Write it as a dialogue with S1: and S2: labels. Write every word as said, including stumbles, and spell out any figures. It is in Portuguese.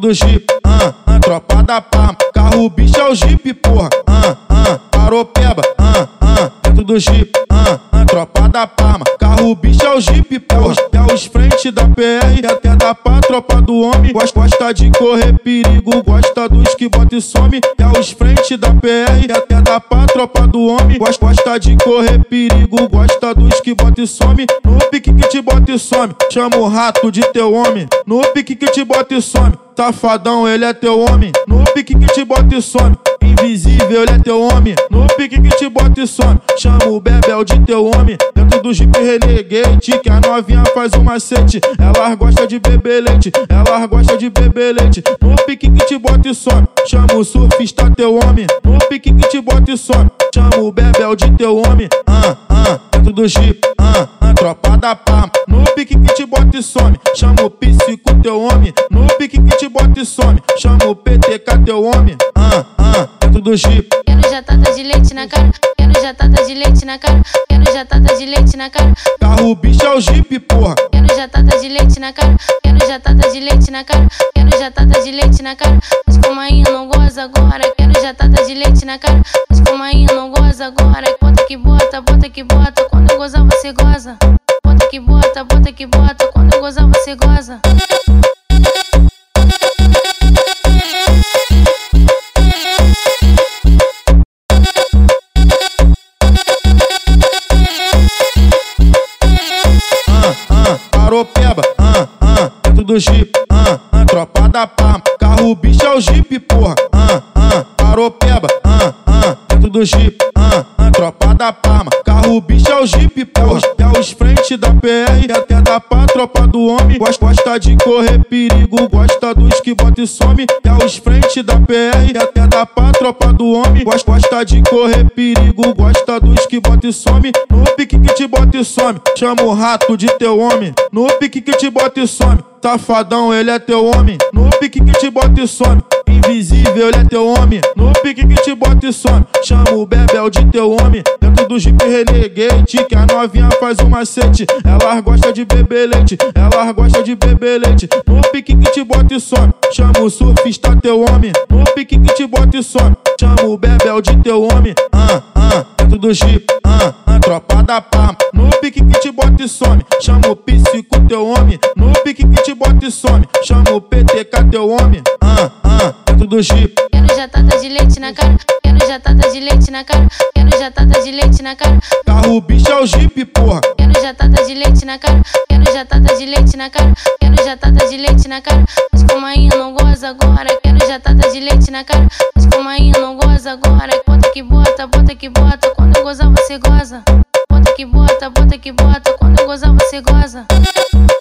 S1: do Jeep, ah, ah, tropa da Palma. Carro bicho é o Jeep, porra, ah, ah, parou peba, ah, ah, dentro do Jeep, ah, ah, tropa da Palma. Carro bicho é o Jeep, porra, é os frente da P R, até dá pra tropa do homem. Gosta de correr perigo, gosta dos que bota e some. É os frente da P R, até dá pra tropa do homem. Gosta de correr perigo, gosta dos que bota e some. No pique que te bota e some, chama o rato de teu homem. No pique que te bota e some, safadão, ele é teu homem. No pique que te bota e some, invisível, ele é teu homem. No pique que te bota e some, chama o Bebel de teu homem. Dentro do Jeep Renegade, que a novinha faz um macete. Elas gostam de beber leite, elas gostam de beber leite. No pique que te bota e some, chama o surfista teu homem. No pique que te bota e some, chama o Bebel de teu homem. Ah, ah, dentro do Jeep, ah, ah, tropa da Palma. No pique que te bota e some, chama o psico teu homem. No pique que te bota e some, chama o P T K teu homem. Ah, ah, dentro do Jeep.
S2: Quero jatada de leite na cara, quero jatada de leite na cara, quero jatada de leite na cara.
S1: Carro bicho é o Jeep, porra.
S2: Quero jatada de leite na cara, quero jatada de leite na cara, quero jatada de leite na cara. Mas como ainda não goza agora, quero jatada de leite na cara. Mas como ainda não goza agora, bota que bota, bota que bota, quando eu gozar você goza. Bota que bota, bota que bota, quando eu gozar você goza.
S1: Parou peba, ah, ah, dentro do Jeep, ah, ah, tropa da Palma. Carro bicho é o Jeep, porra, ah, ah, parou peba, ah, ah, dentro do Jeep, ah, ah, tropa da Palma. Carro bicho é o Jeep, porra, é os frente da P R, até dá pra tropa do homem. Gosta de correr perigo, gosta dos que bota e some. É os frente da P R, até dá pra tropa do homem. Gosta de correr perigo, gosta dos que bota e some. No pique que te bota e some, chama o rato de teu homem. No pique que te bota e some, safadão, ele é teu homem. No pique que te bota e some, invisível, ele é teu homem. No pique que te bota e some, chama o Bebel de teu homem. Dentro do Jeep Renegade, que a novinha faz um macete. Elas gostam de beber leite, elas gostam de beber leite. No pique que te bota e some, chama o surfista teu homem. No pique que te bota e some, chama o Bebel de teu homem. Ah, ah, dentro do Jeep, ah, ah, tropa da Palma. No pique que te bota e some, chama o psico teu homem. No pique que te bota e some, chama o P T K teu homem. Ah, ah, dentro do Jeep.
S2: Quero jatada de leite na cara, quero jatada de leite na cara, quero jatada de leite na cara.
S1: Carro bicho é o Jeep, porra.
S2: Quero jatada de leite na cara, quero jatada de leite na cara, quero jatada de leite na cara. Mas como ainda não goza agora, quero jatada de leite na cara. Mas como ainda não goza agora, bota que bota, bota que bota, quando eu gozar você goza. Bota que bota, bota que bota, quando eu gozar você goza.